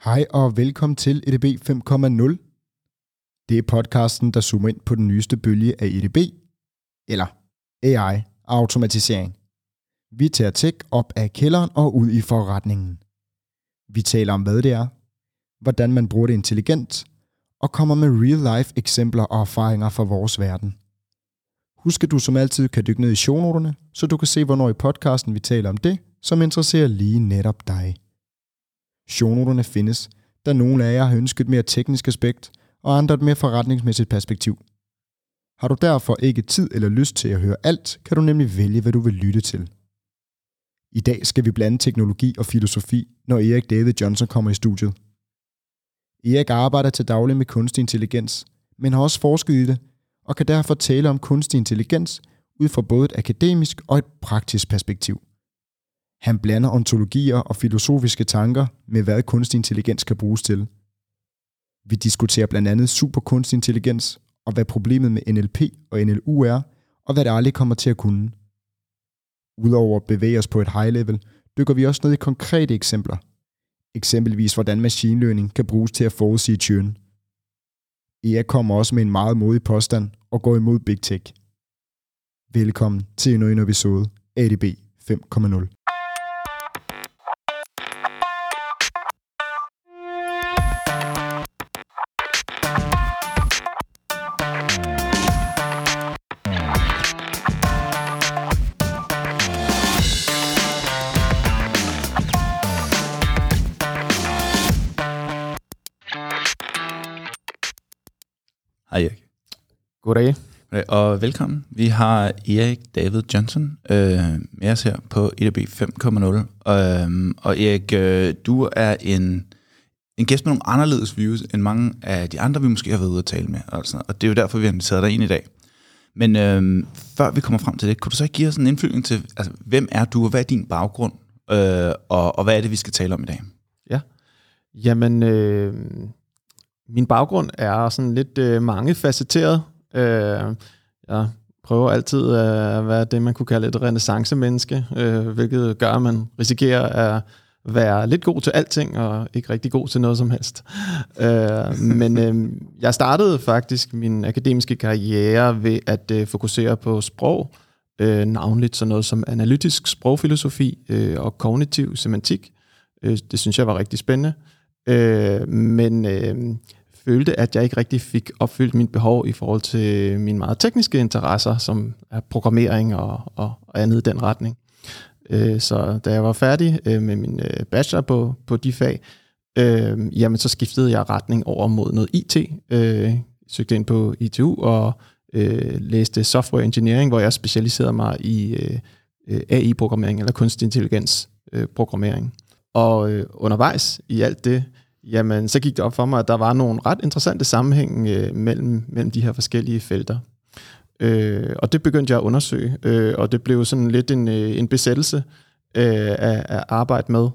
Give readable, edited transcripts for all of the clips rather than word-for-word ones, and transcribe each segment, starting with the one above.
Hej og velkommen til EDB 5.0. Det er podcasten, der zoomer ind på den nyeste bølge af EDB, eller AI og automatisering. Vi tager tech op af kælderen og ud i forretningen. Vi taler om, hvad det er, hvordan man bruger det intelligent, og kommer med real-life eksempler og erfaringer fra vores verden. Husk, at du som altid kan dykke ned i shownoterne, så du kan se, hvornår i podcasten vi taler om det, som interesserer lige netop dig. Shownoterne findes, da nogle af jer har ønsket et mere teknisk aspekt, og andre et mere forretningsmæssigt perspektiv. Har du derfor ikke tid eller lyst til at høre alt, kan du nemlig vælge, hvad du vil lytte til. I dag skal vi blande teknologi og filosofi, når Erik David Johnson kommer i studiet. Erik arbejder til daglig med kunstig intelligens, men har også forsket i det, og kan derfor tale om kunstig intelligens ud fra både et akademisk og et praktisk perspektiv. Han blander ontologier og filosofiske tanker med, hvad kunstig intelligens kan bruges til. Vi diskuterer blandt andet superkunstig intelligens, og hvad problemet med NLP og NLU er, og hvad det aldrig kommer til at kunne. Udover at bevæge os på et high level, dykker vi også ned i konkrete eksempler. Eksempelvis hvordan machine learning kan bruges til at forudsige churn. Erik kommer også med en meget modig påstand og går imod Big Tech. Velkommen til endnu en episode af EDB 5.0. Hej Erik. Goddag. Og velkommen. Vi har Erik David Johnson med os her på EDB 5.0. Og Erik, du er en gæst med nogle anderledes views end mange af de andre, vi måske har været ude at tale med. Altså. Og det er jo derfor, vi har inviteret dig ind i dag. Men før vi kommer frem til det, kunne du så give os en indflyvning til, altså, hvem er du, og hvad er din baggrund, og hvad er det, vi skal tale om i dag? Ja, jamen... Min baggrund er sådan lidt mangefacetteret. Jeg prøver altid at være det, man kunne kalde et renæssancemenneske, hvilket gør, at man risikerer at være lidt god til alting, og ikke rigtig god til noget som helst. Men jeg startede faktisk min akademiske karriere ved at fokusere på sprog, navnligt sådan noget som analytisk sprogfilosofi og kognitiv semantik. Det synes jeg var rigtig spændende. Men følte, at jeg ikke rigtig fik opfyldt mit behov i forhold til mine meget tekniske interesser, som er programmering og andet i den retning. Så da jeg var færdig med min bachelor på de fag, jamen så skiftede jeg retning over mod noget IT. Søgte ind på ITU og læste software engineering, hvor jeg specialiserede mig i AI-programmering eller kunstig intelligens-programmering. Og undervejs i alt det, jamen, så gik det op for mig, at der var nogle ret interessante sammenhæng mellem de her forskellige felter. Og det begyndte jeg at undersøge, og det blev sådan lidt en besættelse at arbejde med,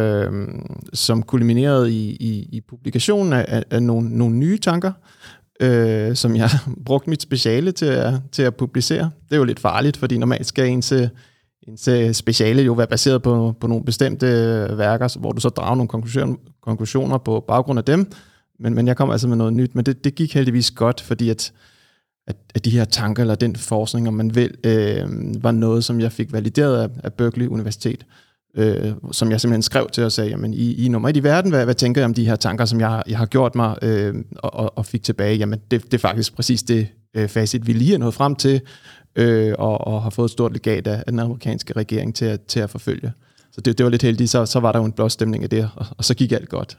som kulminerede i publikationen af nogle nye tanker, som jeg brugte mit speciale til at publicere. Det er jo lidt farligt, fordi normalt skal ens speciale jo være baseret på nogle bestemte værker, hvor du så drager nogle konklusioner på baggrund af dem, men jeg kom altså med noget nyt, men det gik heldigvis godt, fordi at de her tanker, eller den forskning, om man vil, var noget, som jeg fik valideret af Berkeley Universitet, som jeg simpelthen skrev til og sagde, jamen I nummer 1 i verden, hvad tænker jeg om de her tanker, som jeg har gjort mig, og fik tilbage, jamen det er faktisk præcis det facit, vi lige er nået frem til, og har fået et stort legat af den amerikanske regering til at forfølge. Så det var lidt heldigt, så var der jo en blåstemning af det, og så gik alt godt.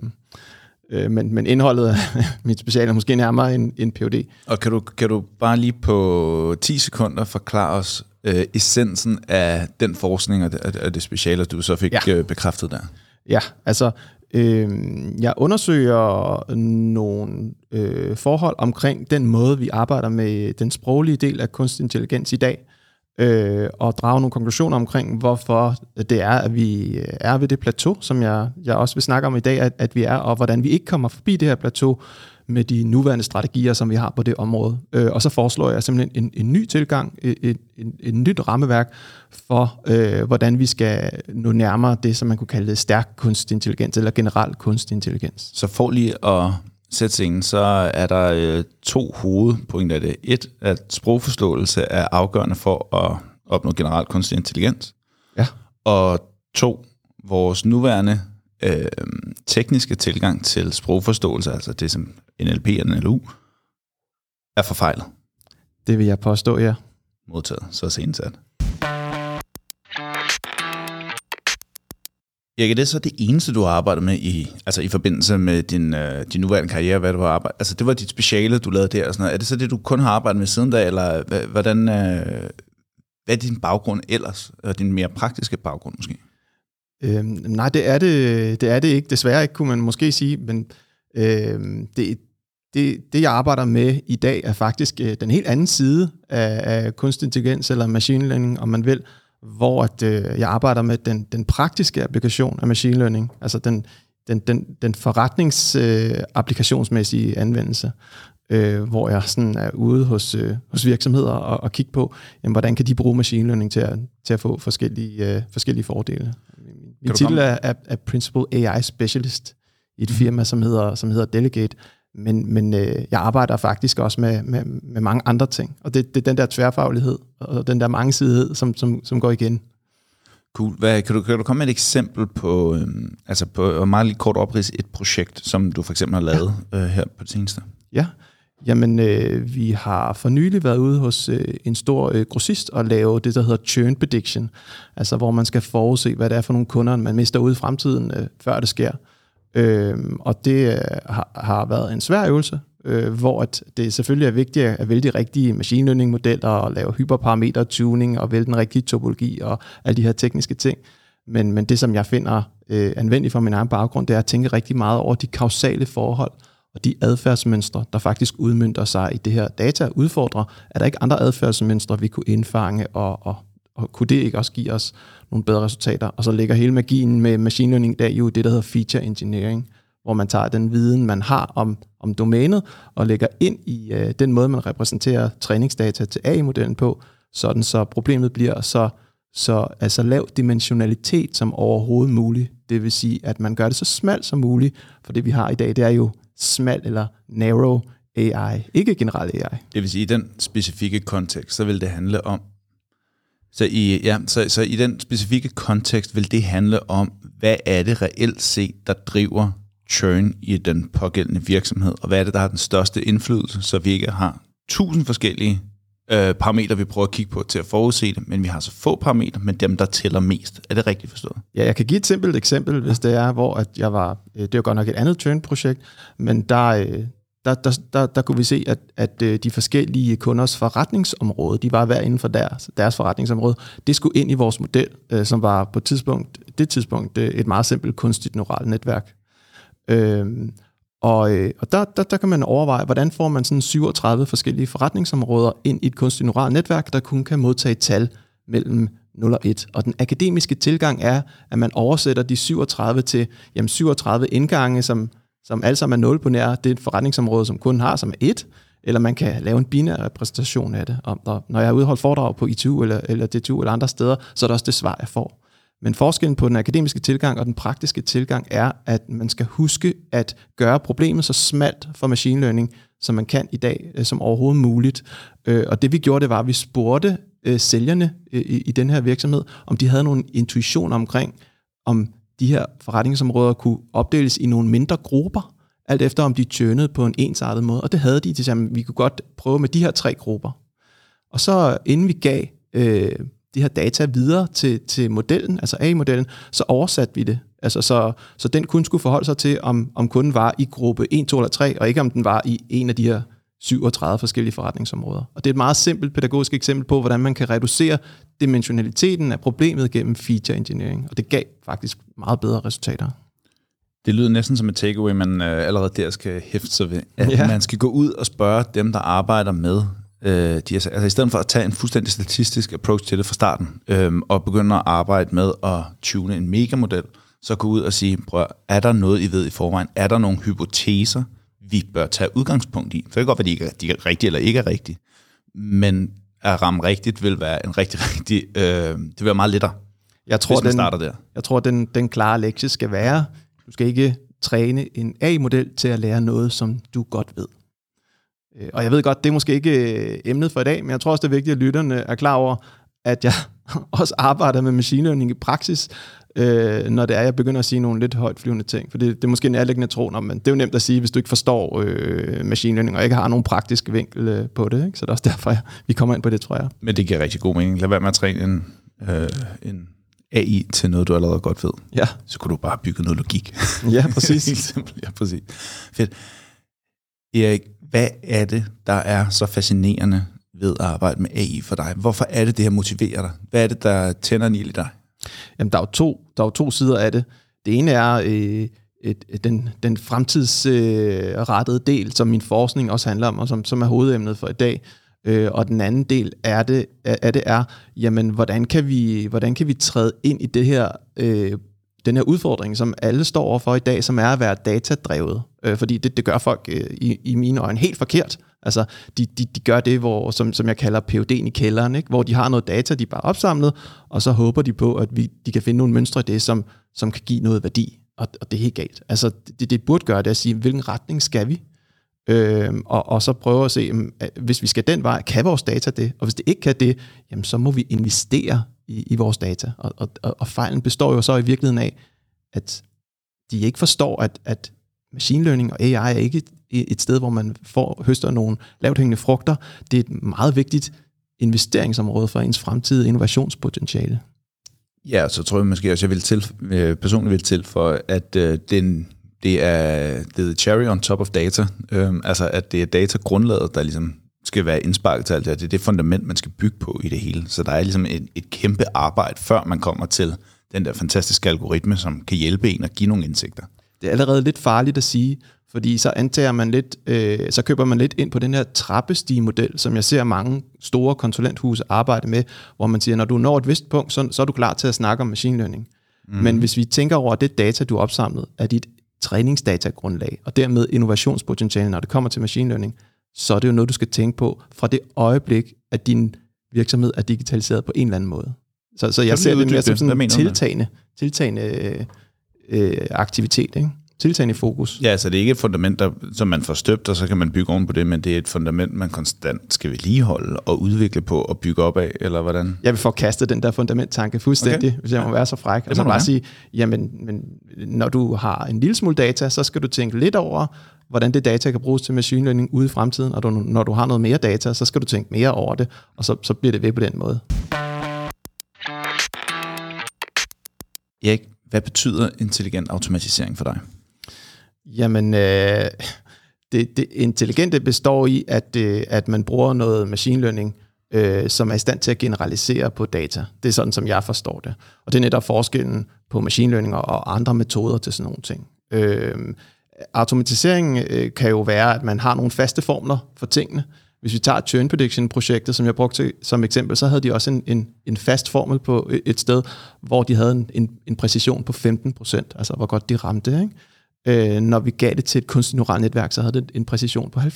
Men indholdet af mit speciale er måske nærmere en PhD. Og kan du bare lige på 10 sekunder forklare os essensen af den forskning og det speciale, du så fik bekræftet der? Ja, altså jeg undersøger nogle forhold omkring den måde, vi arbejder med den sproglige del af kunstig intelligens i dag. og drage nogle konklusioner omkring, hvorfor det er, at vi er ved det plateau, som jeg også vil snakke om i dag, at vi er, og hvordan vi ikke kommer forbi det her plateau med de nuværende strategier, som vi har på det område. Og så foreslår jeg simpelthen en ny tilgang, et nyt rammeværk for, hvordan vi skal nå nærmere det, som man kunne kalde stærk kunstig intelligens, eller generel kunstig intelligens. Så for lige at sætte scenen, så er der 2 hovedpointer af det. 1, at sprogforståelse er afgørende for at opnå generel kunstig intelligens. Ja. Og 2, vores nuværende tekniske tilgang til sprogforståelse, altså det som NLP og NLU, er forfejlet. Det vil jeg påstå, ja. Modtaget, så sensat. Erik, er det så det eneste, du har arbejdet med i forbindelse med din nuværende karriere, hvad du har arbejdet? Altså det var dit speciale, du lavede der og sådan noget. Er det så det, du kun har arbejdet med siden da, eller hvad er din baggrund ellers? Din mere praktiske baggrund måske? Nej, det er det ikke. Desværre ikke, kunne man måske sige, men det jeg arbejder med i dag, er faktisk den helt anden side af kunstig intelligens, eller machine learning, om man vil, hvor jeg arbejder med den praktiske applikation af machine learning, altså den forretningsapplikationsmæssige anvendelse, hvor jeg sådan er ude hos virksomheder og kigge på, jamen, hvordan kan de bruge machine learning til at få forskellige fordele. Min titel er Principal AI Specialist i et firma, som hedder Delegate, men jeg arbejder faktisk også med mange andre ting, og det er den der tværfaglighed og den der mangesidighed, som går igen. Cool. Kan du komme med et eksempel på meget lige kort oprids et projekt, som du for eksempel har lavet her på det seneste? Ja, jamen vi har for nylig været ude hos en stor grossist og lave det, der hedder churn prediction, altså hvor man skal forudse, hvad det er for nogle kunder, man mister ude i fremtiden, før det sker. Og det har været en svær øvelse, hvor det selvfølgelig er vigtigt at vælge de rigtige machine learning modeller og lave hyperparameter tuning og vælge den rigtige topologi og alle de her tekniske ting. Men det, som jeg finder anvendeligt for min egen baggrund, det er at tænke rigtig meget over de kausale forhold og de adfærdsmønstre, der faktisk udmønter sig i det her data udfordrer. Er der ikke andre adfærdsmønstre, vi kunne indfange, og kunne det ikke også give os nogle bedre resultater? Og så ligger hele magien med machine learning der jo det, der hedder feature engineering, hvor man tager den viden, man har om domænet, og lægger ind i den måde, man repræsenterer træningsdata til AI-modellen på, sådan så problemet bliver så lav dimensionalitet som overhovedet muligt. Det vil sige, at man gør det så smalt som muligt, for det vi har i dag, det er jo smal eller narrow AI, ikke generel AI. Det vil sige, i den specifikke kontekst, så vil det handle om, så i den specifikke kontekst vil det handle om, hvad er det reelt set, der driver churn i den pågældende virksomhed, og hvad er det, der har den største indflydelse, så vi ikke har 1000 forskellige parametre, vi prøver at kigge på til at forudse det, men vi har så få parametre, men dem, der tæller mest. Er det rigtigt forstået? Ja, jeg kan give et simpelt eksempel, hvis det er, hvor at jeg var, det var godt nok et andet churn-projekt, men der kunne vi se, at de forskellige kunders forretningsområde, de var hver inden for deres forretningsområde, det skulle ind i vores model, som var på det tidspunkt et meget simpelt kunstigt neuralt netværk. Og der kan man overveje, hvordan får man sådan 37 forskellige forretningsområder ind i et kunstigt neuralt netværk, der kun kan modtage tal mellem 0 og 1. Og den akademiske tilgang er, at man oversætter de 37 til 37 indgange, som alle sammen er 0 på nær det forretningsområde, som kunden har, som er 1, eller man kan lave en binær repræsentation af det. Og når jeg har udholdt foredrag på ITU eller DTU eller andre steder, så er det også det svar, jeg får. Men forskellen på den akademiske tilgang og den praktiske tilgang er, at man skal huske at gøre problemet så smalt for machine learning, som man kan i dag, som overhovedet muligt. Og det vi gjorde, det var, at vi spurgte sælgerne i den her virksomhed, om de havde nogle intuitioner omkring, om de her forretningsområder kunne opdeles i nogle mindre grupper, alt efter om de churnede på en ensartet måde. Og det havde de til sammen. Vi kunne godt prøve med de her 3 grupper. Og så inden vi gav de her data videre til modellen, altså AI-modellen, så oversatte vi det. Altså så den kun skulle forholde sig til, om kunden var i gruppe 1, 2 eller 3, og ikke om den var i en af de her 37 forskellige forretningsområder. Og det er et meget simpelt pædagogisk eksempel på, hvordan man kan reducere dimensionaliteten af problemet gennem feature engineering. Og det gav faktisk meget bedre resultater. Det lyder næsten som et takeaway, man allerede der skal hæfte sig ved. At man skal gå ud og spørge dem, der arbejder med altså i stedet for at tage en fuldstændig statistisk approach til det fra starten, og begynde at arbejde med at tune en megamodel, så gå ud og sige, prøv, er der noget, I ved i forvejen? Er der nogle hypoteser, vi bør tage udgangspunkt i? Så det kan godt være, de er rigtige eller ikke er rigtige, men at ramme rigtigt vil være en rigtig, det vil være meget lettere, hvis man starter der. Jeg tror, den klare lektie skal være, du skal ikke træne en AI-model til at lære noget, som du godt ved. Og jeg ved godt, det er måske ikke emnet for i dag, men jeg tror også, det er vigtigt, at lytterne er klar over, at jeg også arbejder med machine learning i praksis, når det er, jeg begynder at sige nogle lidt højtflyvende ting. For det er måske nærliggende at tro, men det er jo nemt at sige, hvis du ikke forstår machine learning, og ikke har nogen praktisk vinkel på det. Ikke? Så det er også derfor, vi kommer ind på det, tror jeg. Men det giver rigtig god mening. Lad være med at træne en AI til noget, du allerede godt ved. Ja. Så kunne du bare bygge noget logik. Ja, præcis. Helt simpelt. Ja, præcis. Fedt. Erik, hvad er det, der er så fascinerende ved at arbejde med AI for dig? Hvorfor er det her motiverer dig? Hvad er det, der tænder en ild i dig? Jamen, der er jo to sider af det. Det ene er den fremtidsrettede del, som min forskning også handler om, og som er hovedemnet for i dag. Og den anden del af det er, jamen, hvordan kan vi træde ind i det her, den her udfordring, som alle står overfor i dag, som er at være datadrevet. Fordi det gør folk i mine øjne helt forkert. Altså, de gør det, som jeg kalder PhD'en i kælderen, ikke? Hvor de har noget data, de bare opsamlet, og så håber de på, at de kan finde nogle mønstre i det, som kan give noget værdi. Og det er helt galt. Altså, det burde gøre det at sige, hvilken retning skal vi? Og så prøve at se, hvis vi skal den vej, kan vores data det? Og hvis det ikke kan det, jamen, så må vi investere i vores data. Og fejlen består jo så i virkeligheden af, at de ikke forstår, at machine learning og AI er ikke et sted, hvor man høster nogle lavthængende frugter. Det er et meget vigtigt investeringsområde for ens fremtidige innovationspotentiale. Ja, så tror jeg måske også, personligt vil tilføje, at det er the cherry on top of data. Altså, at det er datagrundlaget, der ligesom skal være indsparket til alt det. Det er det fundament, man skal bygge på i det hele. Så der er ligesom et kæmpe arbejde, før man kommer til den der fantastiske algoritme, som kan hjælpe en at give nogle indsigter. Det er allerede lidt farligt at sige, fordi så antager man lidt, så køber man lidt ind på den her trappestigemodel, som jeg ser mange store konsulenthuse arbejde med, hvor man siger, når du når et vist punkt, så er du klar til at snakke om machine learning. Men hvis vi tænker over det data, du har opsamlet, er dit træningsdatagrundlag, og dermed innovationspotentiale, når det kommer til machine learning, så er det jo noget, du skal tænke på fra det øjeblik, at din virksomhed er digitaliseret på en eller anden måde. Så jeg ser det mere som sådan en tiltagende aktivitet, ikke? Tiltagende fokus. Ja, så det er ikke et fundament, som man får støbt, og så kan man bygge oven på det, men det er et fundament, man konstant skal vedligeholde og udvikle på og bygge op af, eller hvordan? Jeg vil forkaste den der fundamenttanke fuldstændig, hvis jeg må være så fræk. Og så bare sige, jamen, men når du har en lille smule data, så skal du tænke lidt over, hvordan det data kan bruges til machine learning ude i fremtiden, og når du har noget mere data, så skal du tænke mere over det, og så bliver det ved på den måde. Erik, hvad betyder intelligent automatisering for dig? Jamen, det intelligente består i, at man bruger noget machine learning, som er i stand til at generalisere på data. Det er sådan, som jeg forstår det. Og det er netop forskellen på machine learning og andre metoder til sådan nogle ting. Automatisering kan jo være, at man har nogle faste formler for tingene. Hvis vi tager Churn Prediction-projektet, som jeg brugte som eksempel, så havde de også en fast formel på et sted, hvor de havde en præcision på 15%, altså hvor godt de ramte, ikke? Når vi gav det til et kunstigt neuralt netværk, så havde det en præcision på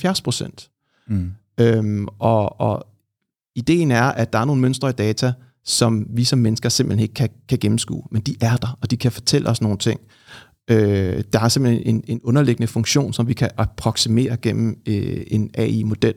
70%. Og ideen er, at der er nogle mønstre i data, som vi som mennesker simpelthen ikke kan gennemskue, men de er der, og de kan fortælle os nogle ting. Der er simpelthen en underliggende funktion, som vi kan approximere gennem en AI-model.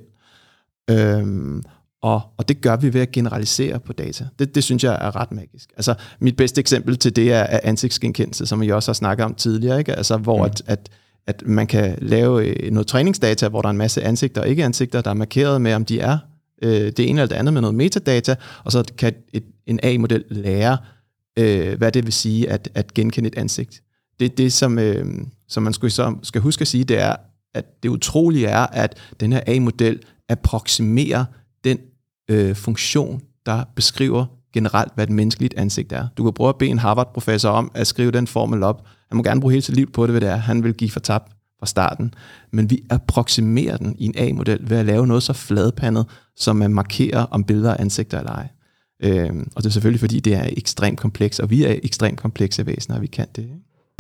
Og det gør vi ved at generalisere på data. Det synes jeg er ret magisk. Altså, mit bedste eksempel til det er ansigtsgenkendelse, som vi også har snakket om tidligere, ikke? Altså, hvor at man kan lave noget træningsdata, hvor der er en masse ansigter og ikke-ansigter, der er markeret med, om de er det ene eller det andet med noget metadata, og så kan en AI-model lære, hvad det vil sige at genkende et ansigt. Det som man skal huske at sige, det er, at det utrolige er, at den her AI-model approximerer den funktion, der beskriver generelt, hvad et menneskeligt ansigt er. Du kan prøve at bede en Harvard-professor om at skrive den formel op. Han må gerne bruge hele sit liv på det, hvad det er. Han vil give for tabt fra starten, men vi approximerer den i en A-model ved at lave noget så fladpandet, som man markerer, om billeder er ansigter eller ej. Og det er selvfølgelig, fordi det er ekstremt kompleks, og vi er ekstremt komplekse væsener, og vi kan det.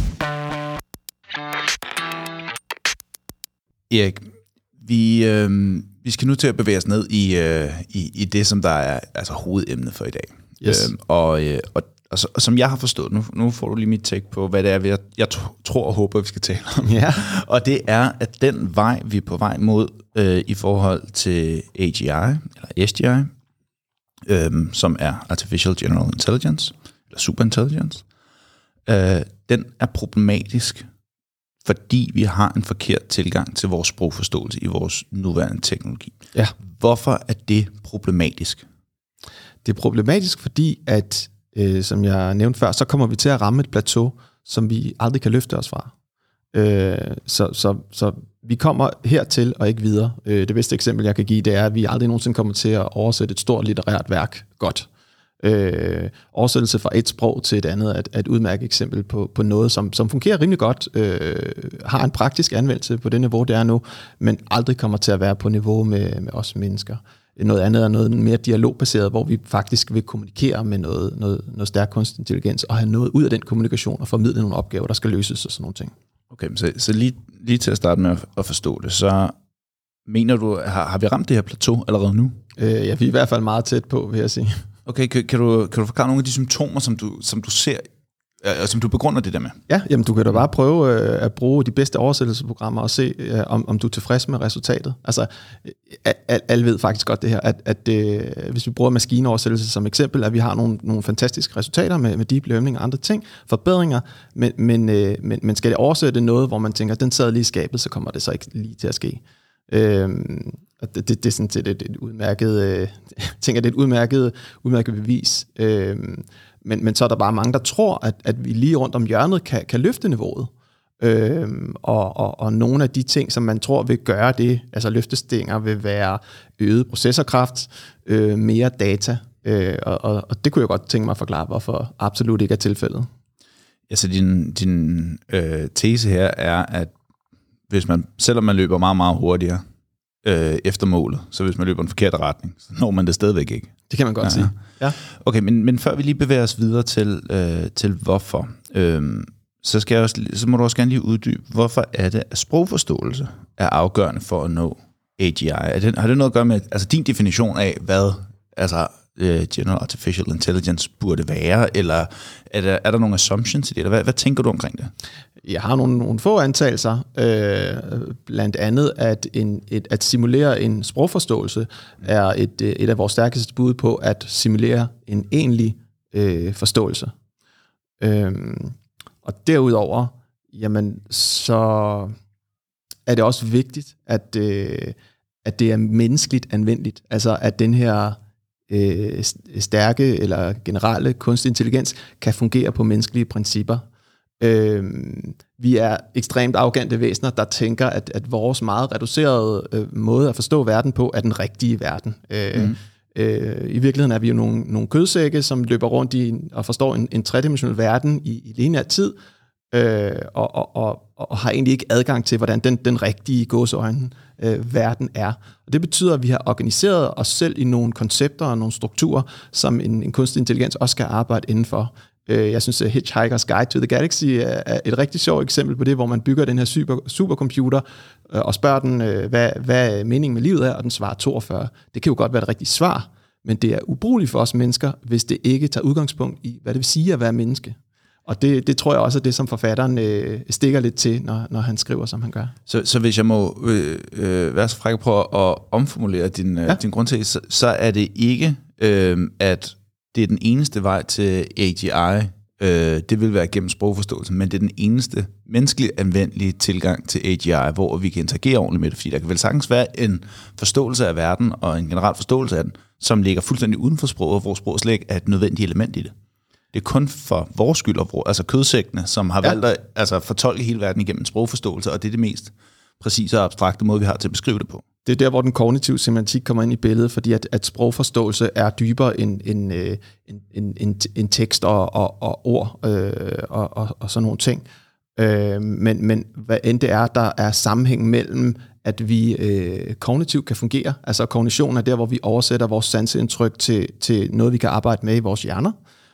Erik, vi skal nu til at bevæge os ned i det, som der er altså hovedemnet for i dag. Yes. Og som jeg har forstået, nu får du lige mit take på, hvad det er, jeg tror og håber, vi skal tale om. Ja. Og det er, at den vej, vi er på vej mod i forhold til AGI, eller SGI, som er Artificial General Intelligence, eller Superintelligence, den er problematisk, fordi vi har en forkert tilgang til vores sprogforståelse i vores nuværende teknologi. Ja. Hvorfor er det problematisk? Det er problematisk, fordi at, som jeg nævnte før, så kommer vi til at ramme et plateau, som vi aldrig kan løfte os fra. Så vi kommer hertil og ikke videre. Det bedste eksempel, jeg kan give, det er, at vi aldrig nogensinde kommer til at oversætte et stort litterært værk godt. Oversættelse fra et sprog til et andet er et udmærket eksempel på noget, som fungerer rimelig godt, har en praktisk anvendelse på det niveau, det er nu, men aldrig kommer til at være på niveau med os mennesker. Noget andet er noget mere dialogbaseret, hvor vi faktisk vil kommunikere med noget stærk kunstig intelligens, og have noget ud af den kommunikation, og formidle nogle opgaver, der skal løses og sådan nogle ting. Okay, så lige til at starte med at forstå det, så mener du, har vi ramt det her plateau allerede nu? Ja, vi er i hvert fald meget tæt på, vil jeg sige. Okay, kan du forklare nogle af de symptomer, som du ser, som du begrunder det der med? Ja, jamen du kan da bare prøve at bruge de bedste oversættelsesprogrammer og se, om du er tilfreds med resultatet. Altså, alle ved faktisk godt det her, at hvis vi bruger maskineoversættelse som eksempel, at vi har nogle fantastiske resultater med deep learning og andre ting, forbedringer, men skal det oversætte noget, hvor man tænker, den sad lige i skabet, så kommer det så ikke lige til at ske. Det er sådan set et udmærket, tænker det er et udmærket bevis. Men så er der bare mange, der tror, at vi lige rundt om hjørnet kan løfte niveauet. Og nogle af de ting, som man tror vil gøre det, altså løftestinger, vil være øget processorkraft, mere data. Og det kunne jeg godt tænke mig at forklare, hvorfor absolut ikke er tilfældet. Altså din tese her er, at selvom man løber meget, meget hurtigere efter målet, så hvis man løber i en forkert retning, så når man det stadigvæk ikke. Det kan man godt sige. Ja. Okay, men før vi lige bevæger os videre til hvorfor, så må du også gerne lige uddybe, hvorfor er det, at sprogforståelse er afgørende for at nå AGI? Har det noget at gøre med altså din definition af, hvad altså General Artificial Intelligence burde være, eller er der nogle assumptions i det, eller hvad tænker du omkring det? Jeg har nogle få antagelser, blandt andet, at simulere en sprogforståelse er et af vores stærkeste bud på at simulere en egentlig forståelse. Og derudover, jamen, så er det også vigtigt, at det er menneskeligt anvendeligt, altså at den her stærke eller generelle kunstig intelligens kan fungere på menneskelige principper. Vi er ekstremt arrogante væsener, der tænker, at vores meget reducerede måde at forstå verden på er den rigtige verden. I virkeligheden er vi jo nogle kødsække, som løber rundt og forstår en tredimensionel verden i lineær tid, og har egentlig ikke adgang til, hvordan den rigtige gåseøjne verden er. Og det betyder, at vi har organiseret os selv i nogle koncepter og nogle strukturer, som en kunstig intelligens også skal arbejde indenfor. Jeg synes, at Hitchhiker's Guide to the Galaxy er et rigtig sjovt eksempel på det, hvor man bygger den her supercomputer og spørger den, hvad meningen med livet er, og den svarer 42. Det kan jo godt være et rigtigt svar, men det er ubrugeligt for os mennesker, hvis det ikke tager udgangspunkt i, hvad det vil sige at være menneske. Og det tror jeg også er det, som forfatteren stikker lidt til, når han skriver, som han gør. Så hvis jeg må være så fræk på at omformulere din grundtese, så er det ikke, at det er den eneste vej til AGI. Det vil være gennem sprogforståelse, men det er den eneste menneskeligt anvendelige tilgang til AGI, hvor vi kan interagere ordentligt med det, fordi der kan vel sagtens være en forståelse af verden og en generel forståelse af den, som ligger fuldstændig uden for sproget, hvor sproget slet ikke er et nødvendigt element i det. Det er kun for vores skyld, altså kødsækkene, som har valgt at fortolke hele verden igennem sprogforståelse, og det er det mest præcise og abstrakte måde, vi har til at beskrive det på. Det er der, hvor den kognitive semantik kommer ind i billedet, fordi at sprogforståelse er dybere end tekst og ord og sådan nogle ting. Men hvad end det er, der er sammenhæng mellem, at vi kognitivt kan fungere. Altså kognition er der, hvor vi oversætter vores sanseindtryk til noget, vi kan arbejde med i vores hjerner.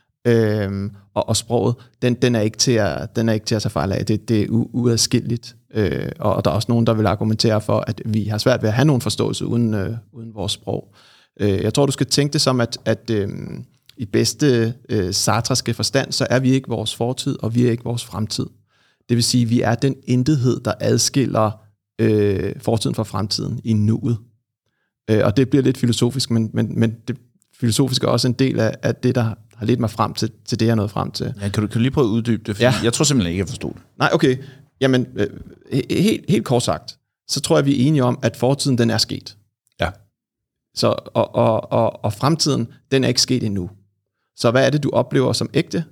Og sproget, den er ikke til at tage fejl af. Det er uadskilleligt. Og der er også nogen, der vil argumentere for, at vi har svært ved at have nogen forståelse uden vores sprog. Jeg tror, du skal tænke det som, at i bedste sartreske forstand, så er vi ikke vores fortid, og vi er ikke vores fremtid. Det vil sige, at vi er den intethed, der adskiller fortiden fra fremtiden i nuet. Og det bliver lidt filosofisk, men det filosofiske er også en del af det, der har ledt mig frem til det, jeg nåede frem til. Ja, kan du lige prøve at uddybe det? Ja. Jeg tror simpelthen ikke, jeg forstod det. Nej, okay. Jamen, helt kort sagt, så tror jeg, vi er enige om, at fortiden, den er sket. Ja. Så, og fremtiden, den er ikke sket endnu. Så hvad er det, du oplever som ægte?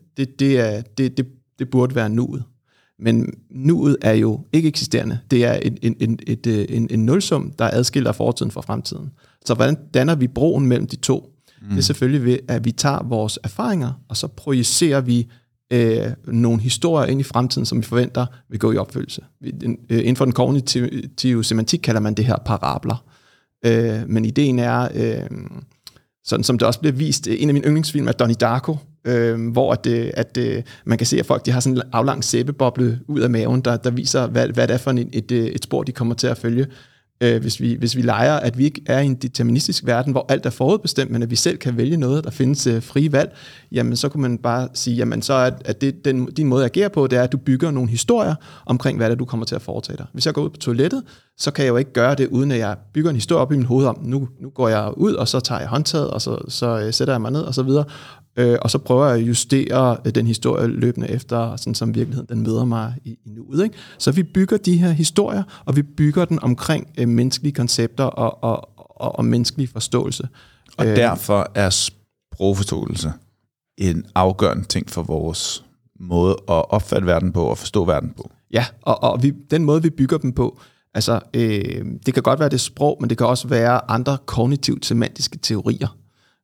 Det burde være nuet. Men nuet er jo ikke eksisterende. Det er en nulsum, der adskiller fortiden fra fremtiden. Så hvordan danner vi broen mellem de to? Det er selvfølgelig ved, at vi tager vores erfaringer, og så projicerer vi nogle historier ind i fremtiden, som vi forventer vil gå i opfyldelse. Inden for den kognitive semantik kalder man det her parabler. Men ideen er, sådan som det også bliver vist, en af mine yndlingsfilm er Donnie Darko, hvor at man kan se, at folk de har sådan en aflang sæbeboble ud af maven, der viser, hvad det er for et spor, de kommer til at følge. Hvis vi leger, at vi ikke er i en deterministisk verden, hvor alt er forudbestemt, men at vi selv kan vælge noget, der findes frie valg, jamen så kunne man bare sige, jamen så er det din måde at agere på, det er, at du bygger nogle historier omkring, hvad det er, du kommer til at foretage dig. Hvis jeg går ud på toilettet, så kan jeg jo ikke gøre det, uden at jeg bygger en historie op i mit hoved om, nu går jeg ud, og så tager jeg håndtaget, og så sætter jeg mig ned, og så videre. Og så prøver jeg at justere den historie løbende efter, sådan som virkeligheden den møder mig i nuet. Ikke? Så vi bygger de her historier, og vi bygger den omkring menneskelige koncepter og menneskelig forståelse. Og derfor er sprogforståelse en afgørende ting for vores måde at opfatte verden på og forstå verden på. Ja, og den måde, vi bygger dem på, altså det kan godt være det sprog, men det kan også være andre kognitivt semantiske teorier.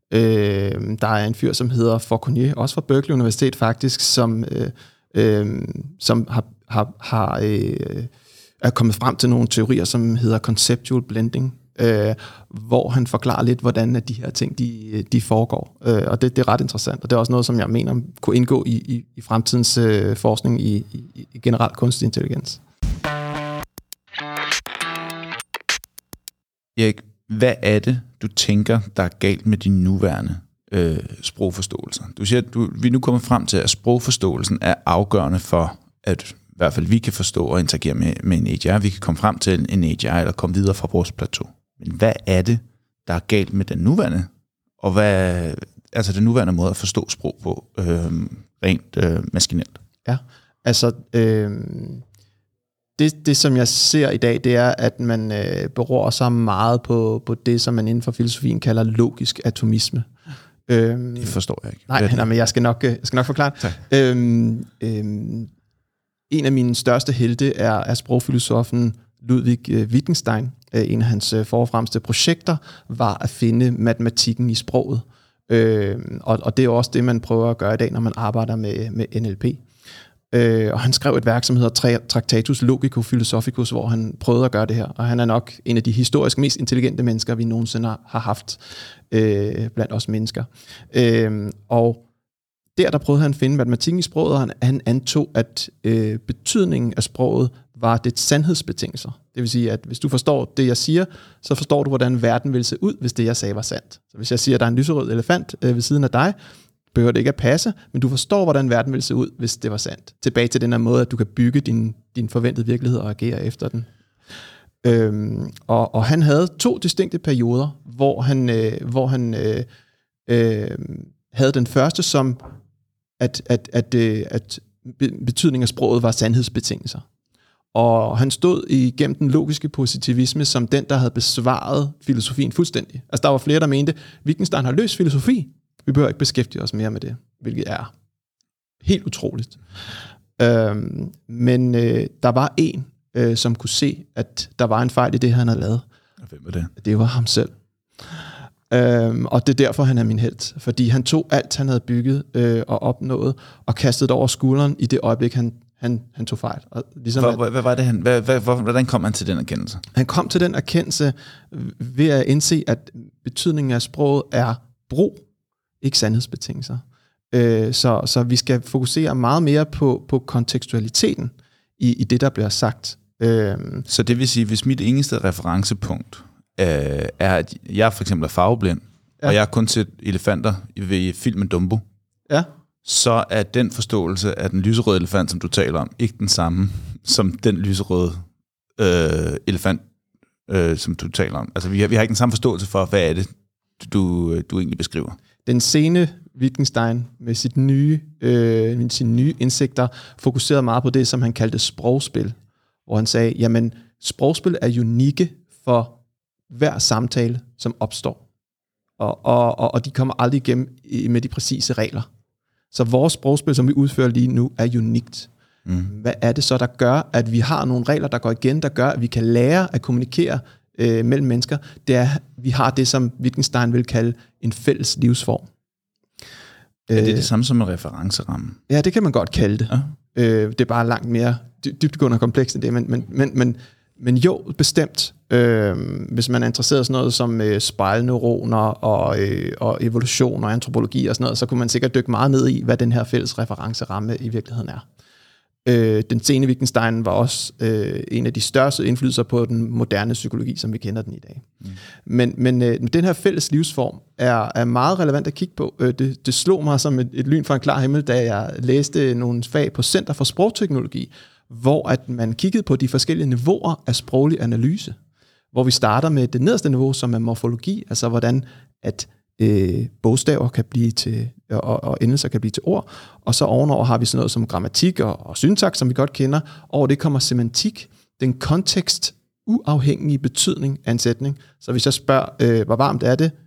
Der er en fyr, som hedder Fauconnier, også fra Berkeley Universitet faktisk, som er kommet frem til nogle teorier, som hedder conceptual blending, hvor han forklarer lidt, hvordan de her ting de foregår. Og det er ret interessant, og det er også noget, som jeg mener kunne indgå i fremtidens forskning i generelt kunstig intelligens. Erik, hvad er det, du tænker, der er galt med din nuværende sprogforståelser? Du siger, at vi nu kommer frem til, at sprogforståelsen er afgørende for, at i hvert fald vi kan forstå og interagere med en AGI. Vi kan komme frem til en AGI eller komme videre fra vores plateau. Men hvad er det, der er galt med den nuværende? Og hvad altså den nuværende måde at forstå sprog på rent maskinelt? Ja, altså det som jeg ser i dag, det er, at man beror sig meget på det, som man inden for filosofien kalder logisk atomisme. Det forstår jeg ikke. Nej, men jeg skal nok forklare. En af mine største helte er sprogfilosofen Ludwig Wittgenstein. En af hans forfremste projekter var at finde matematikken i sproget. Og det er også det, man prøver at gøre i dag, når man arbejder med NLP. Og han skrev et værk, som hedder Tractatus Logico Philosophicus, hvor han prøvede at gøre det her. Og han er nok en af de historisk mest intelligente mennesker, vi nogensinde har haft blandt os mennesker. Og der prøvede han at finde matematikken i sproget, og han antog, at betydningen af sproget var det sandhedsbetingelser. Det vil sige, at hvis du forstår det, jeg siger, så forstår du, hvordan verden ville se ud, hvis det, jeg sagde, var sandt. Så hvis jeg siger, at der er en lyserød elefant ved siden af dig, behøver det ikke at passe, men du forstår, hvordan verden ville se ud, hvis det var sandt. Tilbage til den her måde, at du kan bygge din forventede virkelighed og agere efter den. Og han havde 2 distinkte perioder, hvor han havde den første som, at betydningen af sproget var sandhedsbetingelser. Og han stod igennem den logiske positivisme som den, der havde besvaret filosofien fuldstændig. Altså der var flere, der mente, Wittgenstein har løst filosofi. Vi behøver ikke beskæftige os mere med det, hvilket er helt utroligt. Men der var en, som kunne se, at der var en fejl i det, han havde lavet. Og hvem var det? Det var ham selv. Og det er derfor, han er min helt. Fordi han tog alt, han havde bygget og opnået, og kastede det over skulderen i det øjeblik, han tog fejl. Og ligesom hvad var det, hvordan kom han til den erkendelse? Han kom til den erkendelse ved at indse, at betydningen af sproget er brug, ikke sandhedsbetingelser. Så vi skal fokusere meget mere på kontekstualiteten i det, der bliver sagt. Så det vil sige, hvis mit eneste referencepunkt er, at jeg for eksempel er farveblind, og jeg har kun set elefanter ved filmen Dumbo, så er den forståelse af den lyserøde elefant, som du taler om, ikke den samme som den lyserøde elefant, som du taler om. Altså vi har ikke den samme forståelse for, hvad er det, du egentlig beskriver. Den sene Wittgenstein med sine nye indsigter fokuserede meget på det, som han kaldte sprogspil, hvor han sagde, jamen sprogspil er unikke for hver samtale, som opstår. Og de kommer aldrig igennem med de præcise regler. Så vores sprogspil, som vi udfører lige nu, er unikt. Hvad er det så, der gør, at vi har nogle regler, der går igen, der gør, at vi kan lære at kommunikere mellem mennesker? Det er, at vi har det, som Wittgenstein vil kalde en fælles livsform. Er det samme som en referenceramme? Ja, det kan man godt kalde det. Ja. Det er bare langt mere dybdegående og komplekst end det, men jo, bestemt. Hvis man er interesseret i sådan noget som spejlneuroner og evolution og antropologi og sådan noget, så kunne man sikkert dykke meget ned i, hvad den her fælles referenceramme i virkeligheden er. Den sene Wittgenstein var også en af de største indflydelser på den moderne psykologi, som vi kender den i dag. Men den her fælles livsform er meget relevant at kigge på. Det slog mig som et lyn fra en klar himmel, da jeg læste nogle fag på Center for Sprogteknologi, hvor at man kiggede på de forskellige niveauer af sproglig analyse. Hvor vi starter med det nederste niveau, som er morfologi, altså hvordan at bogstaver kan blive til, og endelser kan blive til ord, og så ovenover har vi sådan noget som grammatik og syntaks, som vi godt kender, og det kommer semantik, den kontekst uafhængige betydning af en sætning. Så hvis jeg spørger, hvor varmt er det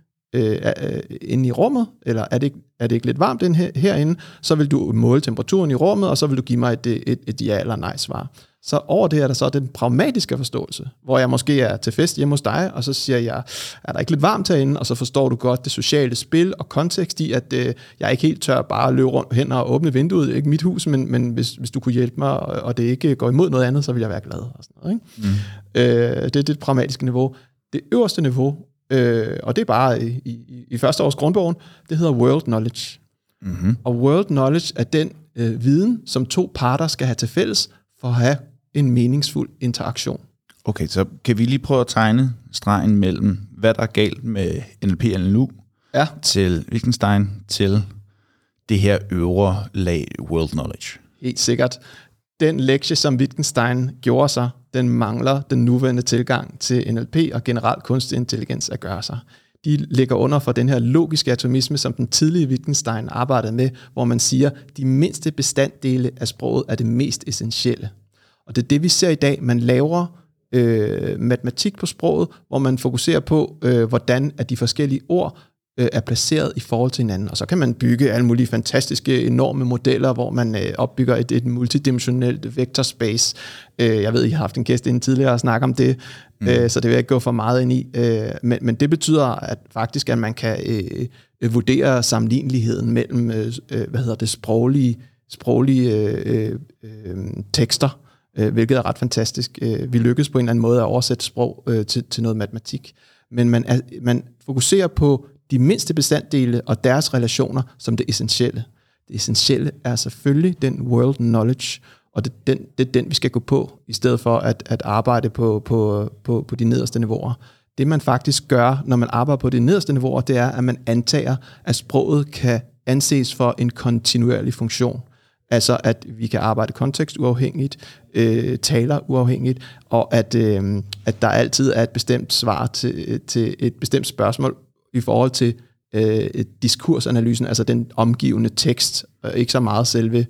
inde i rummet, eller er det ikke lidt varmt herinde, så vil du måle temperaturen i rummet, og så vil du give mig et ja eller nej svar. Så over det er der så den pragmatiske forståelse, hvor jeg måske er til fest hjemme hos dig, og så siger jeg, er der ikke lidt varmt herinde? Og så forstår du godt det sociale spil og kontekst i, at jeg ikke helt tør bare løbe rundt hen og åbne vinduet, ikke mit hus, men hvis du kunne hjælpe mig, og det ikke går imod noget andet, så vil jeg være glad. Og sådan noget, ikke? Det er det pragmatiske niveau. Det øverste niveau, og det er bare i første års grundbogen, det hedder world knowledge. Og world knowledge er den viden, som to parter skal have til fælles, for at have en meningsfuld interaktion. Okay, så kan vi lige prøve at tegne stregen mellem, hvad der er galt med NLP og NLU, til Wittgenstein, til det her øvre lag world knowledge. Helt sikkert. Den lektie, som Wittgenstein gjorde sig, den mangler den nuværende tilgang til NLP og generelt kunstig intelligens at gøre sig. De ligger under for den her logiske atomisme, som den tidlige Wittgenstein arbejdede med, hvor man siger, at de mindste bestanddele af sproget er det mest essentielle. Og det er det, vi ser i dag. Man laver matematik på sproget, hvor man fokuserer på, hvordan at de forskellige ord er placeret i forhold til hinanden. Og så kan man bygge alle mulige fantastiske, enorme modeller, hvor man opbygger et multidimensionelt vector space. Jeg ved, I har haft en gæst inden tidligere og snakke om det, så det vil jeg ikke gå for meget ind i. Men det betyder at faktisk, at man kan vurdere sammenligneligheden mellem sproglige tekster, hvilket er ret fantastisk. Vi lykkes på en eller anden måde at oversætte sprog til noget matematik. Men man fokuserer på de mindste bestanddele og deres relationer som det essentielle. Det essentielle er selvfølgelig den world knowledge, og det er den, vi skal gå på, i stedet for at arbejde på de nederste niveauer. Det, man faktisk gør, når man arbejder på de nederste niveauer, det er, at man antager, at sproget kan anses for en kontinuerlig funktion. Altså, at vi kan arbejde kontekstuafhængigt, taler uafhængigt, og at der altid er et bestemt svar til et bestemt spørgsmål i forhold til diskursanalysen, altså den omgivende tekst, og ikke så meget selve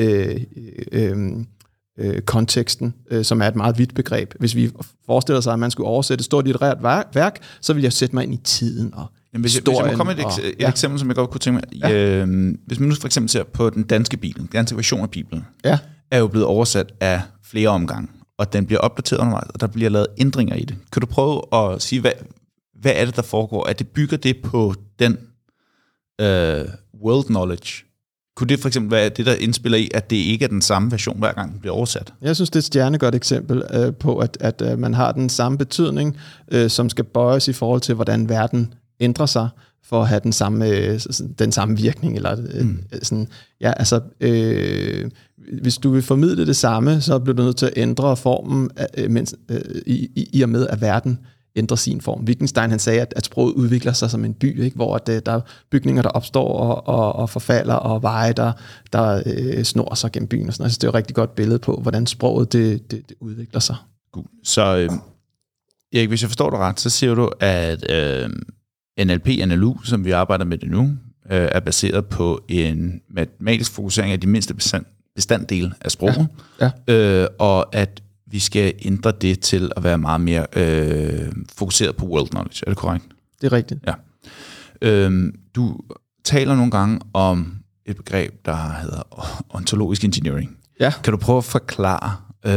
konteksten, som er et meget vidt begreb. Hvis vi forestiller sig, at man skulle oversætte et stort litterært værk, så vil jeg sætte mig ind i tiden og historien. Hvis jeg må komme et eksempel, som jeg godt kunne tænke mig. Hvis man nu for eksempel ser på den danske Bibel, den danske version af Bibelen, er jo blevet oversat af flere omgange, og den bliver opdateret undervejs, og der bliver lavet ændringer i det. Kan du prøve at sige, hvad er det, der foregår? At det bygger det på den world knowledge Kunne det for eksempel være det, der indspiller i, at det ikke er den samme version, hver gang den bliver oversat? Jeg synes, det er et stjernegodt eksempel på, at man har den samme betydning, som skal bøjes i forhold til, hvordan verden ændrer sig, for at have den samme virkning. Eller, sådan. Ja, altså, hvis du vil formidle det samme, så bliver du nødt til at ændre formen, i og med, at verden ændrer sin form. Wittgenstein, han sagde, at sproget udvikler sig som en by, ikke? Hvor der er bygninger, der opstår og forfalder, og veje, der snor sig gennem byen. Og sådan. Altså, det er jo et rigtig godt billede på, hvordan sproget det udvikler sig. Så Erik, hvis jeg forstår dig ret, så siger du, at NLP-NLU, som vi arbejder med det nu, er baseret på en matematisk fokusering af de mindste bestanddele af sproget, og at vi skal ændre det til at være meget mere fokuseret på world knowledge. Er det korrekt? Det er rigtigt. Ja. Du taler nogle gange om et begreb, der hedder ontologisk engineering. Ja. Kan du prøve at forklare,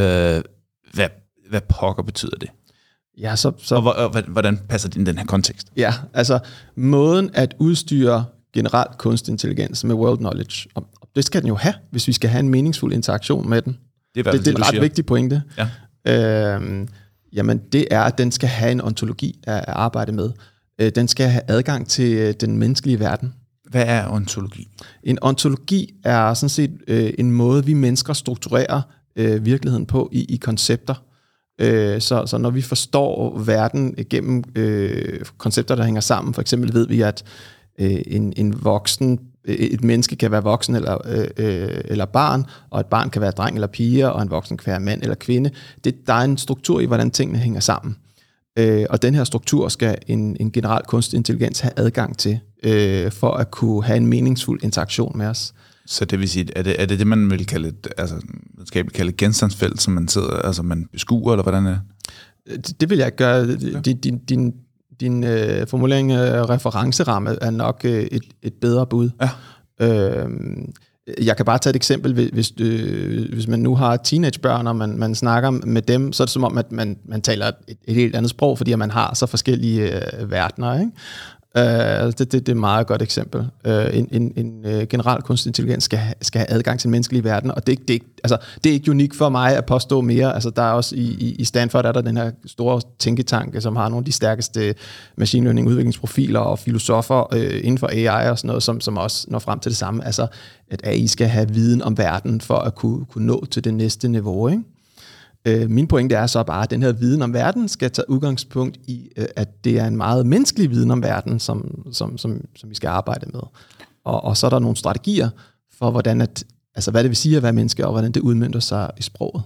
hvad pokker betyder det? Ja, og hvordan passer det ind i den her kontekst? Ja, altså måden at udstyre generelt kunstig intelligens med world knowledge, og det skal den jo have, hvis vi skal have en meningsfuld interaktion med den. Det er en ret vigtig pointe. Ja. Jamen, det er, at den skal have en ontologi at arbejde med. Den skal have adgang til den menneskelige verden. Hvad er ontologi? En ontologi er sådan set en måde, vi mennesker strukturerer virkeligheden på i koncepter. Så når vi forstår verden gennem koncepter, der hænger sammen, for eksempel ved vi, at et menneske kan være voksen eller barn, og et barn kan være dreng eller pige, og en voksen kan være mand eller kvinde. Der er en struktur i, hvordan tingene hænger sammen. Og den her struktur skal en generel kunstig intelligens have adgang til, for at kunne have en meningsfuld interaktion med os. Så det vil sige, er det man vil kalde et genstandsfelt, som man sidder, altså man beskuer, eller hvordan er det? Det vil jeg ikke gøre. Din formulering af referenceramme er nok et bedre bud. Ja. Jeg kan bare tage et eksempel. Hvis man nu har teenagebørn, og man snakker med dem, så er det som om, at man taler et helt andet sprog, fordi man har så forskellige verdener, ikke? Det er et meget godt eksempel. En generel kunstig intelligens skal have adgang til den menneskelige verden, og det er ikke unikt for mig at påstå mere. Altså, der er også i Stanford er der den her store tænketanke, som har nogle af de stærkeste machine learning udviklingsprofiler og filosofer inden for AI og sådan noget, som også når frem til det samme. Altså, at AI skal have viden om verden for at kunne nå til det næste niveau, ikke? Min pointe er så bare, at den her viden om verden skal tage udgangspunkt i, at det er en meget menneskelig viden om verden, som vi skal arbejde med. Og så er der nogle strategier for, hvordan hvad det vil sige at være menneske, og hvordan det udmønter sig i sproget.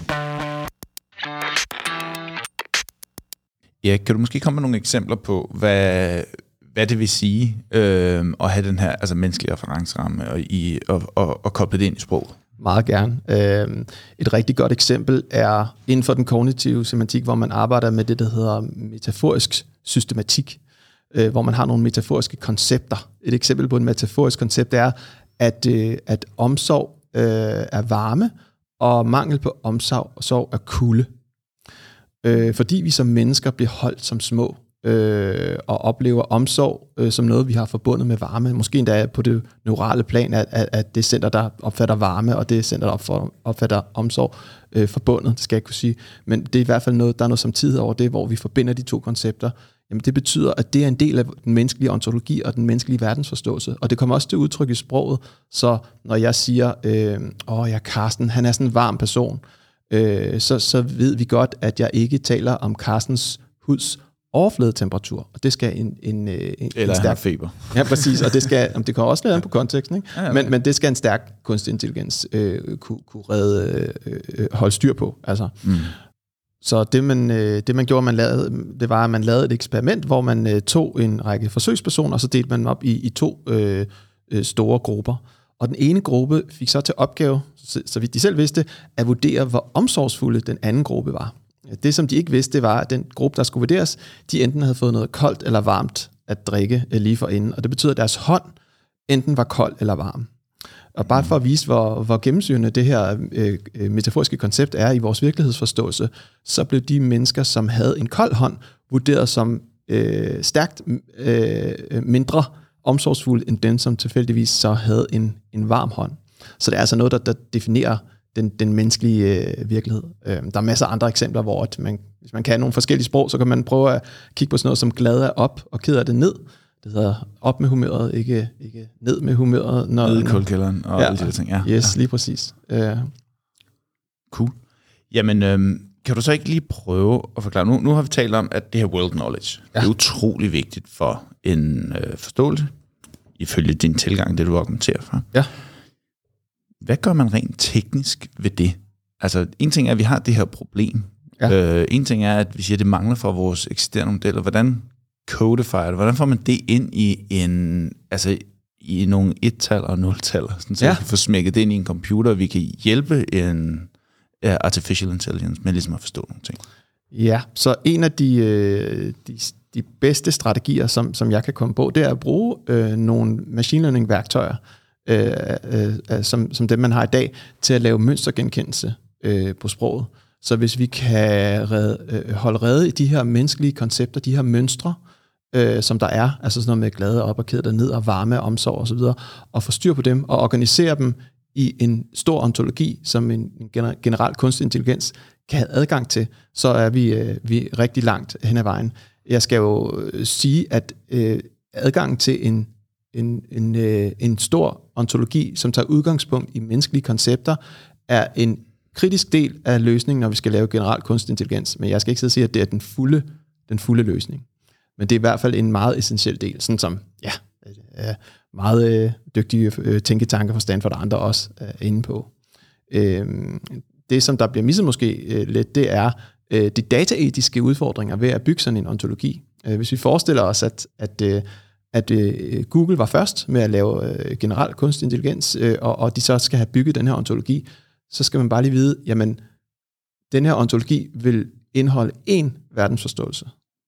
Ja, kan du måske komme med nogle eksempler på, hvad det vil sige at have den her menneskelige referenceramme og koble det ind i sproget? Meget gerne. Et rigtig godt eksempel er inden for den kognitive semantik, hvor man arbejder med det, der hedder metaforisk systematik, hvor man har nogle metaforiske koncepter. Et eksempel på et metaforisk koncept er, at omsorg er varme, og mangel på omsorg er kulde. Fordi vi som mennesker bliver holdt som små, og oplever omsorg som noget, vi har forbundet med varme. Måske endda på det neurale plan, at det center, der opfatter varme, og det center, der opfatter omsorg, forbundet, det skal jeg ikke kunne sige. Men det er i hvert fald noget, der er noget samtidig over det, hvor vi forbinder de to koncepter. Jamen det betyder, at det er en del af den menneskelige ontologi og den menneskelige verdensforståelse. Og det kommer også til udtryk i sproget. Så når jeg siger, Carsten, han er sådan en varm person, så ved vi godt, at jeg ikke taler om Carstens huds overfladetemperatur, og det skal en stærk feber. Ja, præcis, og det kommer også lidt an på konteksten, ikke? Ja, okay. men det skal en stærk kunstig intelligens kunne holde styr på. Altså. Så det man gjorde, det var, at man lavede et eksperiment, hvor man tog en række forsøgspersoner, og så delte man dem op i to store grupper. Og den ene gruppe fik så til opgave, så vidt de selv vidste, at vurdere, hvor omsorgsfulde den anden gruppe var. Det, som de ikke vidste, det var, at den gruppe, der skulle vurderes, de enten havde fået noget koldt eller varmt at drikke lige forinden. Og det betyder, at deres hånd enten var kold eller varm. Og bare for at vise, hvor gennemsyrende det her metaforiske koncept er i vores virkelighedsforståelse, så blev de mennesker, som havde en kold hånd, vurderet som stærkt mindre omsorgsfuld end den, som tilfældigvis så havde en varm hånd. Så det er altså noget, der definerer den menneskelige virkelighed. Der er masser af andre eksempler, hvor hvis man kan nogle forskellige sprog, så kan man prøve at kigge på sådan noget som glad er op og ked er det ned. Det hedder op med humøret, ikke ned med humøret. Ned i kuldkælderen og alle de der ting. Ja. Yes, lige præcis. Cool. Jamen, kan du så ikke lige prøve at forklare? Nu har vi talt om, at det her world knowledge, det er utrolig vigtigt for en forståelse, ifølge din tilgang, det du argumenterer for. Ja. Hvad gør man rent teknisk ved det? Altså, en ting er, at vi har det her problem. Ja. En ting er, at vi siger, at det mangler for vores eksisterende modeller. Hvordan codifier det? Hvordan får man det ind i nogle et-tal og nul-tal, så vi kan få smækket det ind i en computer, og vi kan hjælpe en artificial intelligence med ligesom at forstå nogle ting? Ja, så en af de bedste strategier, som jeg kan komme på, det er at bruge nogle machine learning værktøjer, som dem man har i dag, til at lave mønstergenkendelse på sproget. Så hvis vi kan holde rede i de her menneskelige koncepter, de her mønstre, som der er, altså sådan noget med glade op og ked ned og varme, omsorg osv., og få styr på dem og organisere dem i en stor ontologi, som en generel kunstig intelligens kan have adgang til, så er vi rigtig langt hen ad vejen. Jeg skal jo sige, at adgangen til en stor ontologi, som tager udgangspunkt i menneskelige koncepter, er en kritisk del af løsningen, når vi skal lave generel kunstig intelligens. Men jeg skal ikke sidde og sige, at det er den fulde løsning. Men det er i hvert fald en meget essentiel del, sådan som meget dygtige tænketanker fra Stanford og andre også er inde på. Det, som der bliver misset måske lidt, det er de dataetiske udfordringer ved at bygge sådan en ontologi. Hvis vi forestiller os, at Google var først med at lave generel kunstig intelligens, og de så skal have bygget den her ontologi, så skal man bare lige vide, jamen, den her ontologi vil indeholde én verdensforståelse.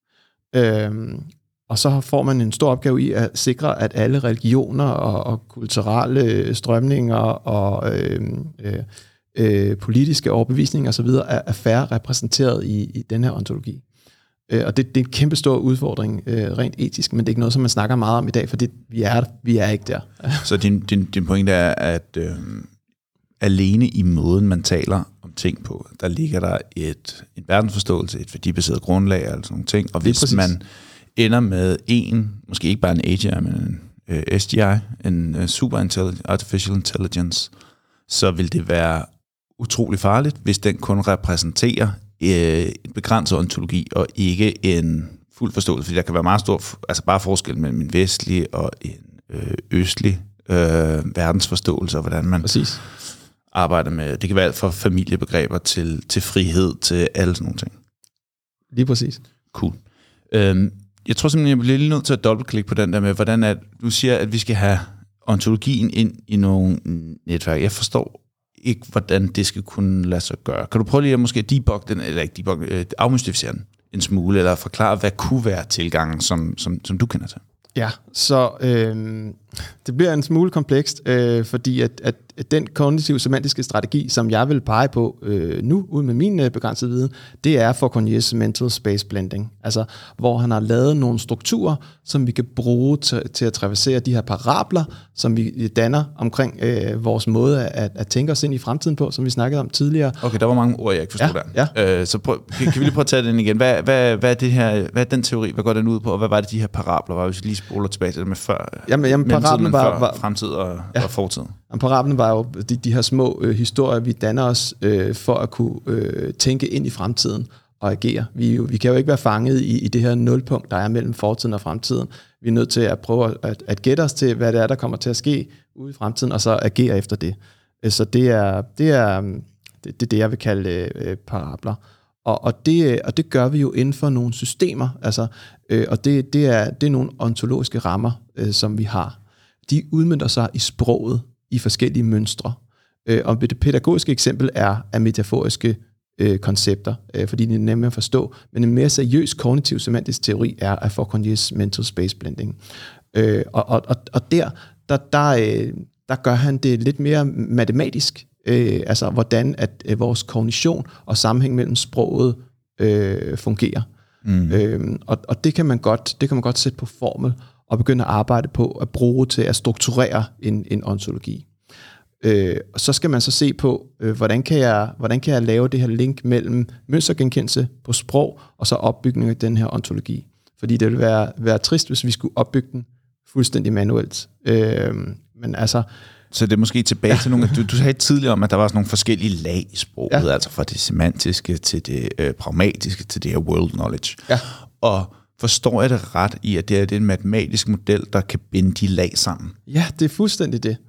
Og så får man en stor opgave i at sikre, at alle religioner og kulturelle strømninger og politiske overbevisninger osv. er fair repræsenteret i den her ontologi. Og det er en kæmpe stor udfordring rent etisk, men det er ikke noget, som man snakker meget om i dag, for vi er ikke der. Så din pointe er, at alene i måden, man taler om ting på, der ligger der en verdensforståelse, et værdibaseret grundlag og sådan nogle ting, og hvis man ender med måske ikke bare en AGI, men en SGI, en super artificial intelligence, så vil det være utrolig farligt, hvis den kun repræsenterer en begrænset ontologi, og ikke en fuld forståelse, fordi der kan være meget stor, altså bare forskel mellem en vestlig og en østlig verdensforståelse, og hvordan man arbejder med, det kan være alt fra familiebegreber til frihed, til alle sådan nogle ting. Lige præcis. Cool. Jeg tror simpelthen, jeg bliver lige nødt til at dobbeltklikke på den der med, hvordan du siger, at vi skal have ontologien ind i nogle netværk. Jeg forstår ikke, hvordan det skal kunne lade sig gøre. Kan du prøve lige at måske afmystificere den en smule, eller forklare, hvad kunne være tilgangen, som du kender til? Ja, så det bliver en smule komplekst, fordi at den kognitive semantiske strategi, som jeg vil pege på nu, ud med min begrænsede viden, det er Fauconniers mental space blending, altså hvor han har lavet nogle strukturer, som vi kan bruge til at traversere de her parabler, som vi danner omkring vores måde at tænke os ind i fremtiden på, som vi snakkede om tidligere. Okay, der var mange ord, jeg ikke forstod der. Ja. Så kan vi lige prøve at tage den igen. Hvad er det her? Hvad er den teori? Hvad går den ud på? Og hvad var det, de her parabler var, hvis vi lige spoler tilbage til det med før? Jamen parablen var fremtid og fortid. Parablen var jo de her små historier, vi danner os for at kunne tænke ind i fremtiden og agere. Vi kan jo ikke være fanget i det her nulpunkt, der er mellem fortiden og fremtiden. Vi er nødt til at prøve at gætte os til, hvad det er, der kommer til at ske ude i fremtiden, og så agere efter det. Så det er det, jeg vil kalde parabler. Og det gør vi jo inden for nogle systemer, altså, og det er nogle ontologiske rammer, som vi har. De udmønter sig i sproget i forskellige mønstre. Og det pædagogiske eksempel er metaforiske koncepter, fordi de er nemme at forstå. Men en mere seriøs kognitiv semantisk teori er af Fauconniers mental space blending. Og der gør han det lidt mere matematisk, altså hvordan at vores kognition og sammenhæng mellem sproget fungerer. Og det kan man godt sætte på formel. og begynde at arbejde på at bruge til at strukturere en ontologi. Så skal man så se på, hvordan kan jeg lave det her link mellem mønstergenkendelse på sprog, og så opbygning af den her ontologi. Fordi det ville være trist, hvis vi skulle opbygge den fuldstændig manuelt. Men altså... Så det er måske tilbage til nogle... Du sagde tidligere om, at der var sådan nogle forskellige lag i sproget, altså fra det semantiske til det pragmatiske til det her world knowledge. Ja. Og forstår jeg det ret i, at det er en matematisk model, der kan binde de lag sammen? Ja, det er fuldstændig det.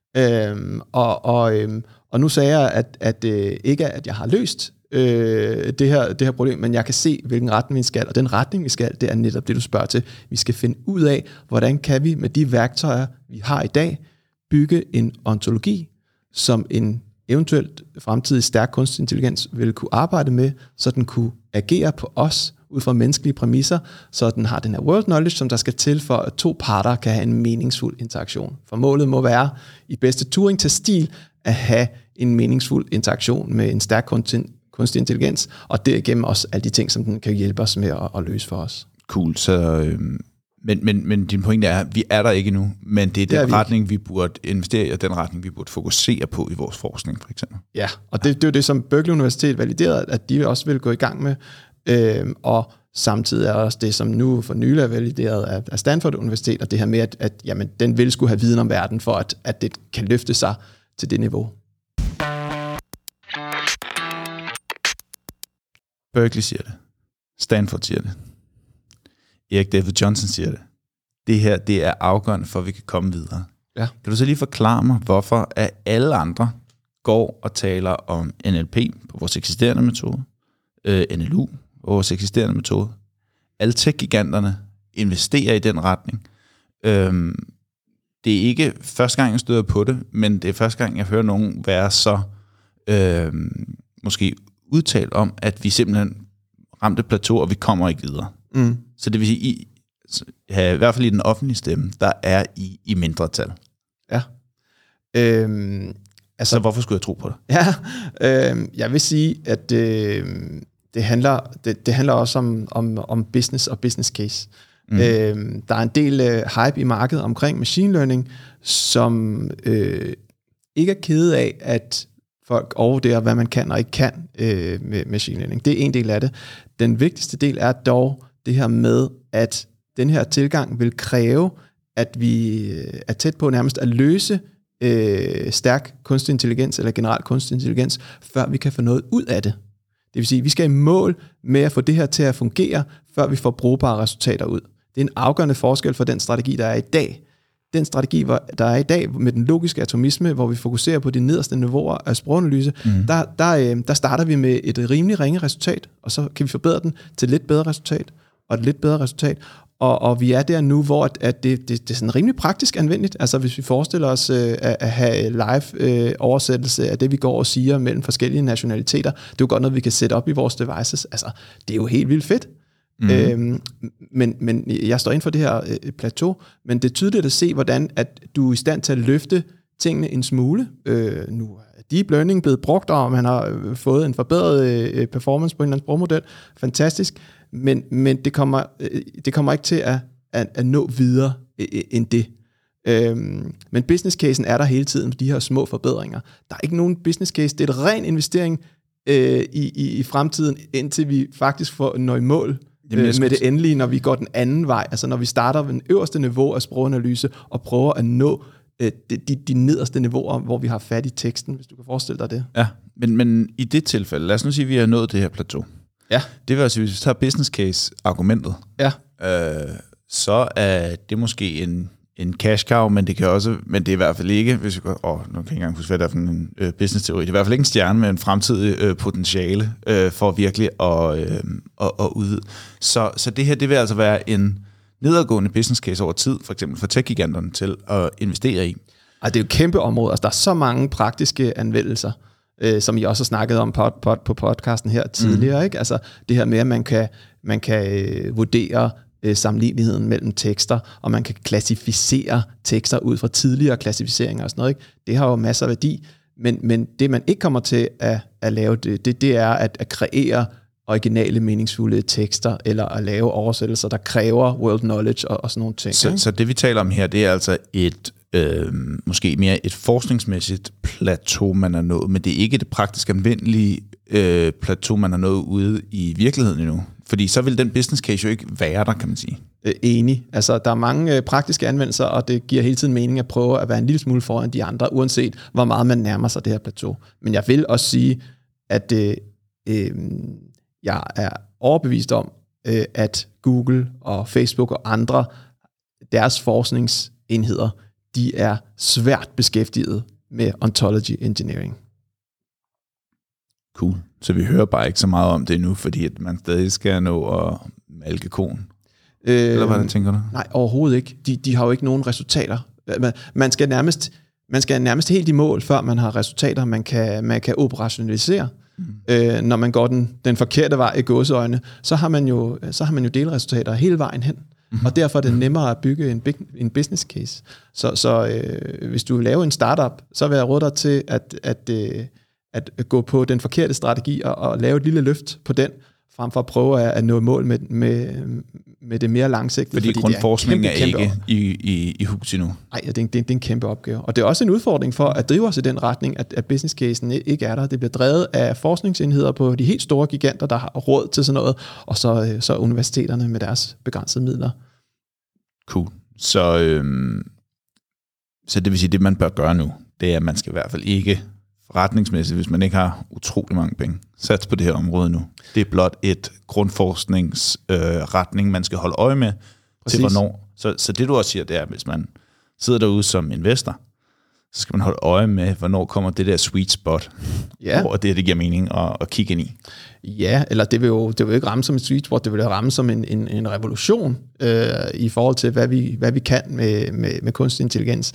Og nu sagde jeg, at ikke at jeg har løst det her problem, men jeg kan se, hvilken retning vi skal, og den retning vi skal, det er netop det, du spørger til. Vi skal finde ud af, hvordan kan vi med de værktøjer, vi har i dag, bygge en ontologi, som en eventuelt fremtidig stærk kunstig intelligens vil kunne arbejde med, så den kunne agere på os ud fra menneskelige præmisser, så den har den her world knowledge, som der skal til for, at to parter kan have en meningsfuld interaktion. For målet må være, i bedste Turing-test-stil, at have en meningsfuld interaktion med en stærk kunstig intelligens, og derigennem også alle de ting, som den kan hjælpe os med at løse for os. Cool, så... Men din pointe er, at vi er der ikke endnu, men det er den retning, vi burde investere i, og den retning, vi burde fokusere på i vores forskning, for eksempel. Ja, og det er jo det, som Berkeley Universitet validerede, at de også vil gå i gang med, og samtidig er også det, som nu for nylig er valideret af Stanford Universitet, og det her med, at jamen, den vil skulle have viden om verden, for at det kan løfte sig til det niveau. Berkeley siger det. Stanford siger det. Erik David Johnson siger det. Det her, det er afgørende for, at vi kan komme videre. Ja. Kan du så lige forklare mig, hvorfor at alle andre går og taler om NLP på vores eksisterende metode, NLU på vores eksisterende metode. Alle tech-giganterne investerer i den retning. Det er ikke første gang, jeg støder på det, men det er første gang, jeg hører nogen være så måske udtalt om, at vi simpelthen ramte plateau, og vi kommer ikke videre. Mm. Så det vil sige, i hvert fald i den offentlige stemme, der er i mindretal. Ja. Så hvorfor skulle jeg tro på det? Ja, jeg vil sige, at det handler også om business og business case. Mm. Der er en del hype i markedet omkring machine learning, som ikke er kede af, at folk overvurderer, hvad man kan og ikke kan med machine learning. Det er en del af det. Den vigtigste del er dog det her med, at den her tilgang vil kræve, at vi er tæt på nærmest at løse stærk kunstig intelligens eller generel kunstig intelligens, før vi kan få noget ud af det. Det vil sige, at vi skal i mål med at få det her til at fungere, før vi får brugbare resultater ud. Det er en afgørende forskel for den strategi, der er i dag. Den strategi, der er i dag med den logiske atomisme, hvor vi fokuserer på de nederste niveauer af sproganalyse, der starter vi med et rimelig ringe resultat, og så kan vi forbedre den til et lidt bedre resultat, og et lidt bedre resultat. Og vi er der nu, hvor at det er sådan rimelig praktisk anvendeligt. Altså hvis vi forestiller os at have live oversættelse af det, vi går og siger mellem forskellige nationaliteter, det er jo godt noget, vi kan sætte op i vores devices. Altså, det er jo helt vildt fedt. Mm. Men jeg står inden for det her plateau, men det er tydeligt at se, hvordan at du er i stand til at løfte tingene en smule. Nu er deep learning blevet brugt, og man har fået en forbedret performance på en eller anden sprogmodel. Fantastisk. Men det kommer ikke til at nå videre end det. Men business casen er der hele tiden, de her små forbedringer. Der er ikke nogen business case. Det er et ren investering i fremtiden, indtil vi faktisk får nå i mål med det endelige, når vi går den anden vej. Altså når vi starter ved den øverste niveau af sproganalyse og prøver at nå de nederste niveauer, hvor vi har fat i teksten, hvis du kan forestille dig det. Ja, men i det tilfælde, lad os nu sige, at vi har nået det her plateau. Ja. Det vil altså, hvis vi tager business case argumentet, så er det måske en cash cow, men det kan også, men det er i hvert fald ikke, hvis vi går, nu kan jeg ikke engang huske, hvad det er for en business teori. Det er i hvert fald ikke en stjerne med en fremtidig potentiale for virkelig at udvide. Så det her, det vil altså være en nedadgående business case over tid, for eksempel for tech-giganterne til at investere i. Og det er jo et kæmpe område. Altså, der er så mange praktiske anvendelser, som I også har snakket om på podcasten her tidligere. Ikke? Altså det her med, at man kan vurdere sammenligneligheden mellem tekster, og man kan klassificere tekster ud fra tidligere klassificeringer og sådan noget. Ikke? Det har jo masser af værdi, men det man ikke kommer til at lave, det er at kreere originale, meningsfulde tekster, eller at lave oversættelser, der kræver world knowledge og sådan nogle ting. Så det, vi taler om her, det er altså måske mere et forskningsmæssigt plateau, man er nået, men det er ikke det praktisk anvendelige plateau, man er nået ude i virkeligheden endnu. Fordi så vil den business case jo ikke være der, kan man sige. Enig. Altså, der er mange praktiske anvendelser, og det giver hele tiden mening at prøve at være en lille smule foran de andre, uanset hvor meget man nærmer sig det her plateau. Men jeg vil også sige, at jeg er overbevist om, at Google og Facebook og andre, deres forskningsenheder, de er svært beskæftiget med ontology engineering. Cool. Så vi hører bare ikke så meget om det nu, fordi at man stadig skal nå at malke koen. Eller hvordan tænker du? Nej, overhovedet ikke. De har jo ikke nogen resultater. Man skal nærmest helt i mål, før man har resultater, man kan operationalisere. Når man går den forkerte vej i gåseøjne, så har man jo delresultater hele vejen hen. Og derfor er det nemmere at bygge en business case. Så hvis du laver en startup, så vil jeg råde dig til at gå på den forkerte strategi og lave et lille løft på den, frem for at prøve at nå mål med det mere langsigtede. Fordi grundforskningen er ikke i hus endnu. Nej, det er en kæmpe opgave. Og det er også en udfordring for at drive os i den retning, at business casen ikke er der. Det bliver drevet af forskningsenheder på de helt store giganter, der har råd til sådan noget, og så universiteterne med deres begrænsede midler. Cool. Så det vil sige, det man bør gøre nu, det er, at man skal i hvert fald ikke forretningsmæssigt, hvis man ikke har utrolig mange penge, sats på det her område nu. Det er blot et grundforskningsretning, man skal holde øje med. Præcis. Til hvornår. Så det du også siger, det er, at hvis man sidder derude som investor, så skal man holde øje med, hvornår kommer det der sweet spot, hvor det giver mening at kigge ind i. Ja, eller det vil jo ikke ramme som et sweet spot, det vil jo ramme som en revolution i forhold til, hvad vi kan med kunstig intelligens.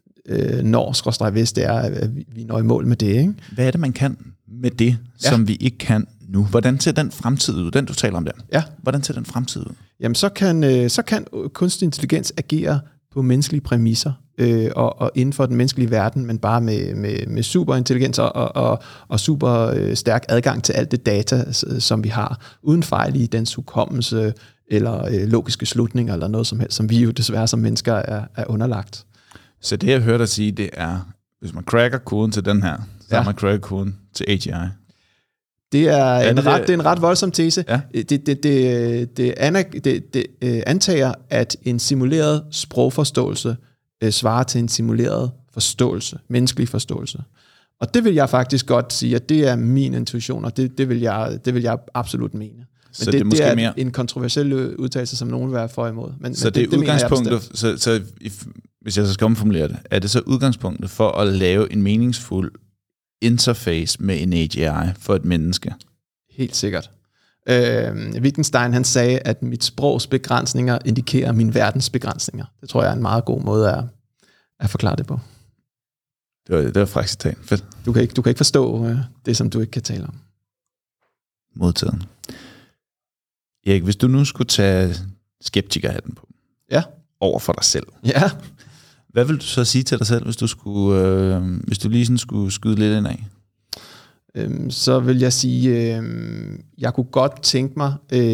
Hvis det er, at vi når i mål med det. Ikke? Hvad er det, man kan med det, som vi ikke kan nu? Hvordan ser den fremtid ud? Den, du taler om der. Ja. Hvordan ser den fremtid ud? Jamen, så kan kunstig intelligens agere på menneskelige præmisser og inden for den menneskelige verden, men bare med superintelligens og super stærk adgang til alt det data, som vi har, uden fejl i dens hukommelse eller logiske slutninger eller noget som helst, som vi jo desværre som mennesker er underlagt. Så det, jeg hørte dig sige, det er, hvis man cracker koden til den her, så har man cracker koden til AGI. Det er en ret voldsom tese. Ja. Det antager, at en simuleret sprogforståelse svarer til en simuleret forståelse, menneskelig forståelse. Og det vil jeg faktisk godt sige, at det er min intuition, og det vil jeg absolut mene. Men så det er mere en kontroversiel udtalelse, som nogen vil være for imod. Men så det er udgangspunktet, så hvis jeg så skal omformulere det, er det så udgangspunktet for at lave en meningsfuld interface med en AGI for et menneske? Helt sikkert. Wittgenstein, han sagde, at mit sprogs begrænsninger indikerer min verdens begrænsninger. Det tror jeg er en meget god måde at forklare det på. Det var faktisk citat. Fedt. Du kan ikke forstå det, som du ikke kan tale om. Modtaget. Erik, hvis du nu skulle tage skeptikerhatten på, over for dig selv, hvad vil du så sige til dig selv, hvis du lige sådan skulle skyde lidt ind af? Så vil jeg sige, jeg kunne godt tænke mig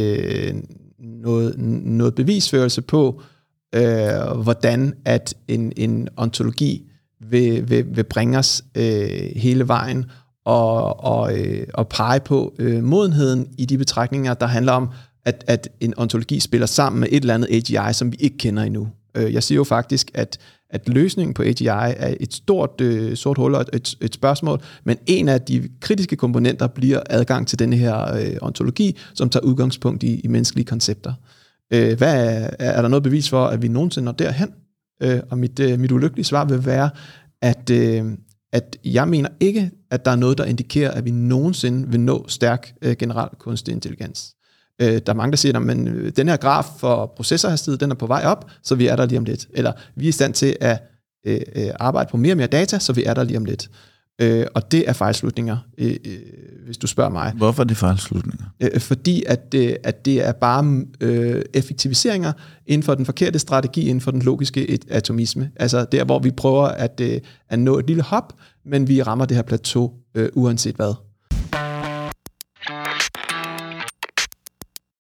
noget bevisførelse på, hvordan at en ontologi vil bringe os hele vejen og pege på modenheden i de betragtninger, der handler om, at en ontologi spiller sammen med et eller andet AGI, som vi ikke kender endnu. Jeg siger jo faktisk, at løsningen på AGI er et stort sort hul og et spørgsmål, men en af de kritiske komponenter bliver adgang til denne her ontologi, som tager udgangspunkt i menneskelige koncepter. Er der noget bevis for, at vi nogensinde når derhen? Og mit ulykkelige svar vil være, at jeg mener ikke, at der er noget, der indikerer, at vi nogensinde vil nå stærk generel kunstig intelligens. Der er mange, der siger, at den her graf for processorhastighed, den er på vej op, så vi er der lige om lidt. Eller vi er i stand til at arbejde på mere og mere data, så vi er der lige om lidt. Og det er fejlslutninger, hvis du spørger mig. Hvorfor er det fejlslutninger? Fordi at det er bare effektiviseringer inden for den forkerte strategi, inden for den logiske atomisme. Altså der, hvor vi prøver at nå et lille hop, men vi rammer det her plateau uanset hvad.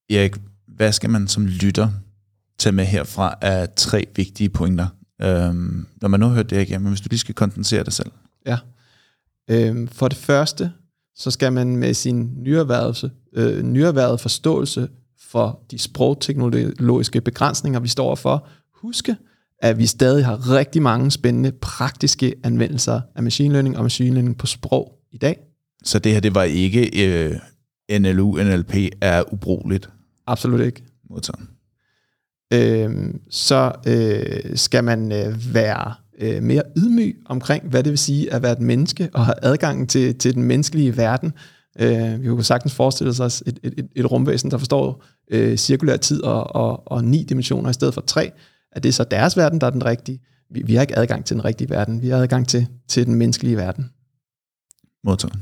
Erik, hvad skal man som lytter tage med herfra af 3 vigtige pointer? Når man nu har hørt det igennem, hvis du lige skal kondensere det selv. Ja. For det første, så skal man med sin nyerhvervede forståelse for de sprogteknologiske begrænsninger, vi står for, huske, at vi stadig har rigtig mange spændende praktiske anvendelser af machine learning og machine learning på sprog i dag. Så det her, det var ikke NLU, NLP er ubrugeligt? Absolut ikke. Modtaget. Så skal man være mere ydmyg omkring, hvad det vil sige at være et menneske og have adgang til den menneskelige verden. Vi kunne sagtens forestille os et rumvæsen, der forstår cirkulær tid og 9 dimensioner i stedet for 3. Er det så deres verden, der er den rigtige? Vi har ikke adgang til den rigtige verden. Vi har adgang til den menneskelige verden. Modtaget.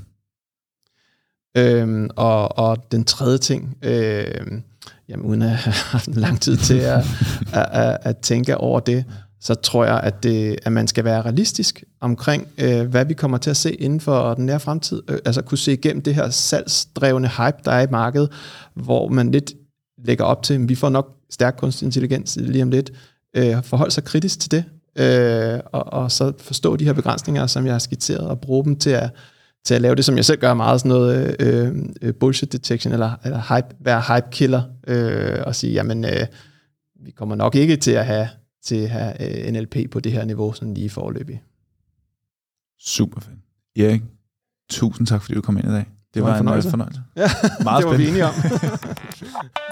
Og den tredje ting, jamen uden at have haft en lang tid til at tænke over det, så tror jeg, at man skal være realistisk omkring, hvad vi kommer til at se inden for den nære fremtid. Altså kunne se igennem det her salgsdrevne hype, der er i markedet, hvor man lidt lægger op til, at vi får nok stærk kunstig intelligens lige om lidt. Forholde sig kritisk til det, og så forstå de her begrænsninger, som jeg har skitseret, og bruge dem til at lave det, som jeg selv gør meget, sådan noget bullshit detection, eller være hype killer, og sige, jamen, vi kommer nok ikke til at have NLP på det her niveau, sådan lige foreløbig. Super fedt. Erik, tusind tak, fordi du kom ind i dag. Det var en fornøjelse. Ja, meget det var vi enige om.